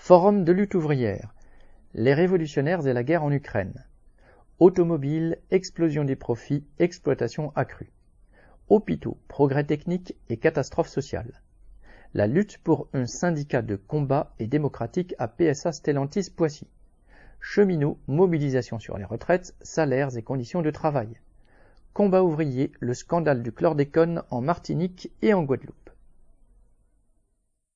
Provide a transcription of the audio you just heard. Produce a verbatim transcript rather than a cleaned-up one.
Forum de lutte ouvrière. Les révolutionnaires et la guerre en Ukraine. Automobile, explosion des profits, exploitation accrue. Hôpitaux, progrès techniques et catastrophe sociale. La lutte pour un syndicat de combat et démocratique à P S A Stellantis Poissy. Cheminots, mobilisation sur les retraites, salaires et conditions de travail. Combat ouvrier, le scandale du chlordécone en Martinique et en Guadeloupe.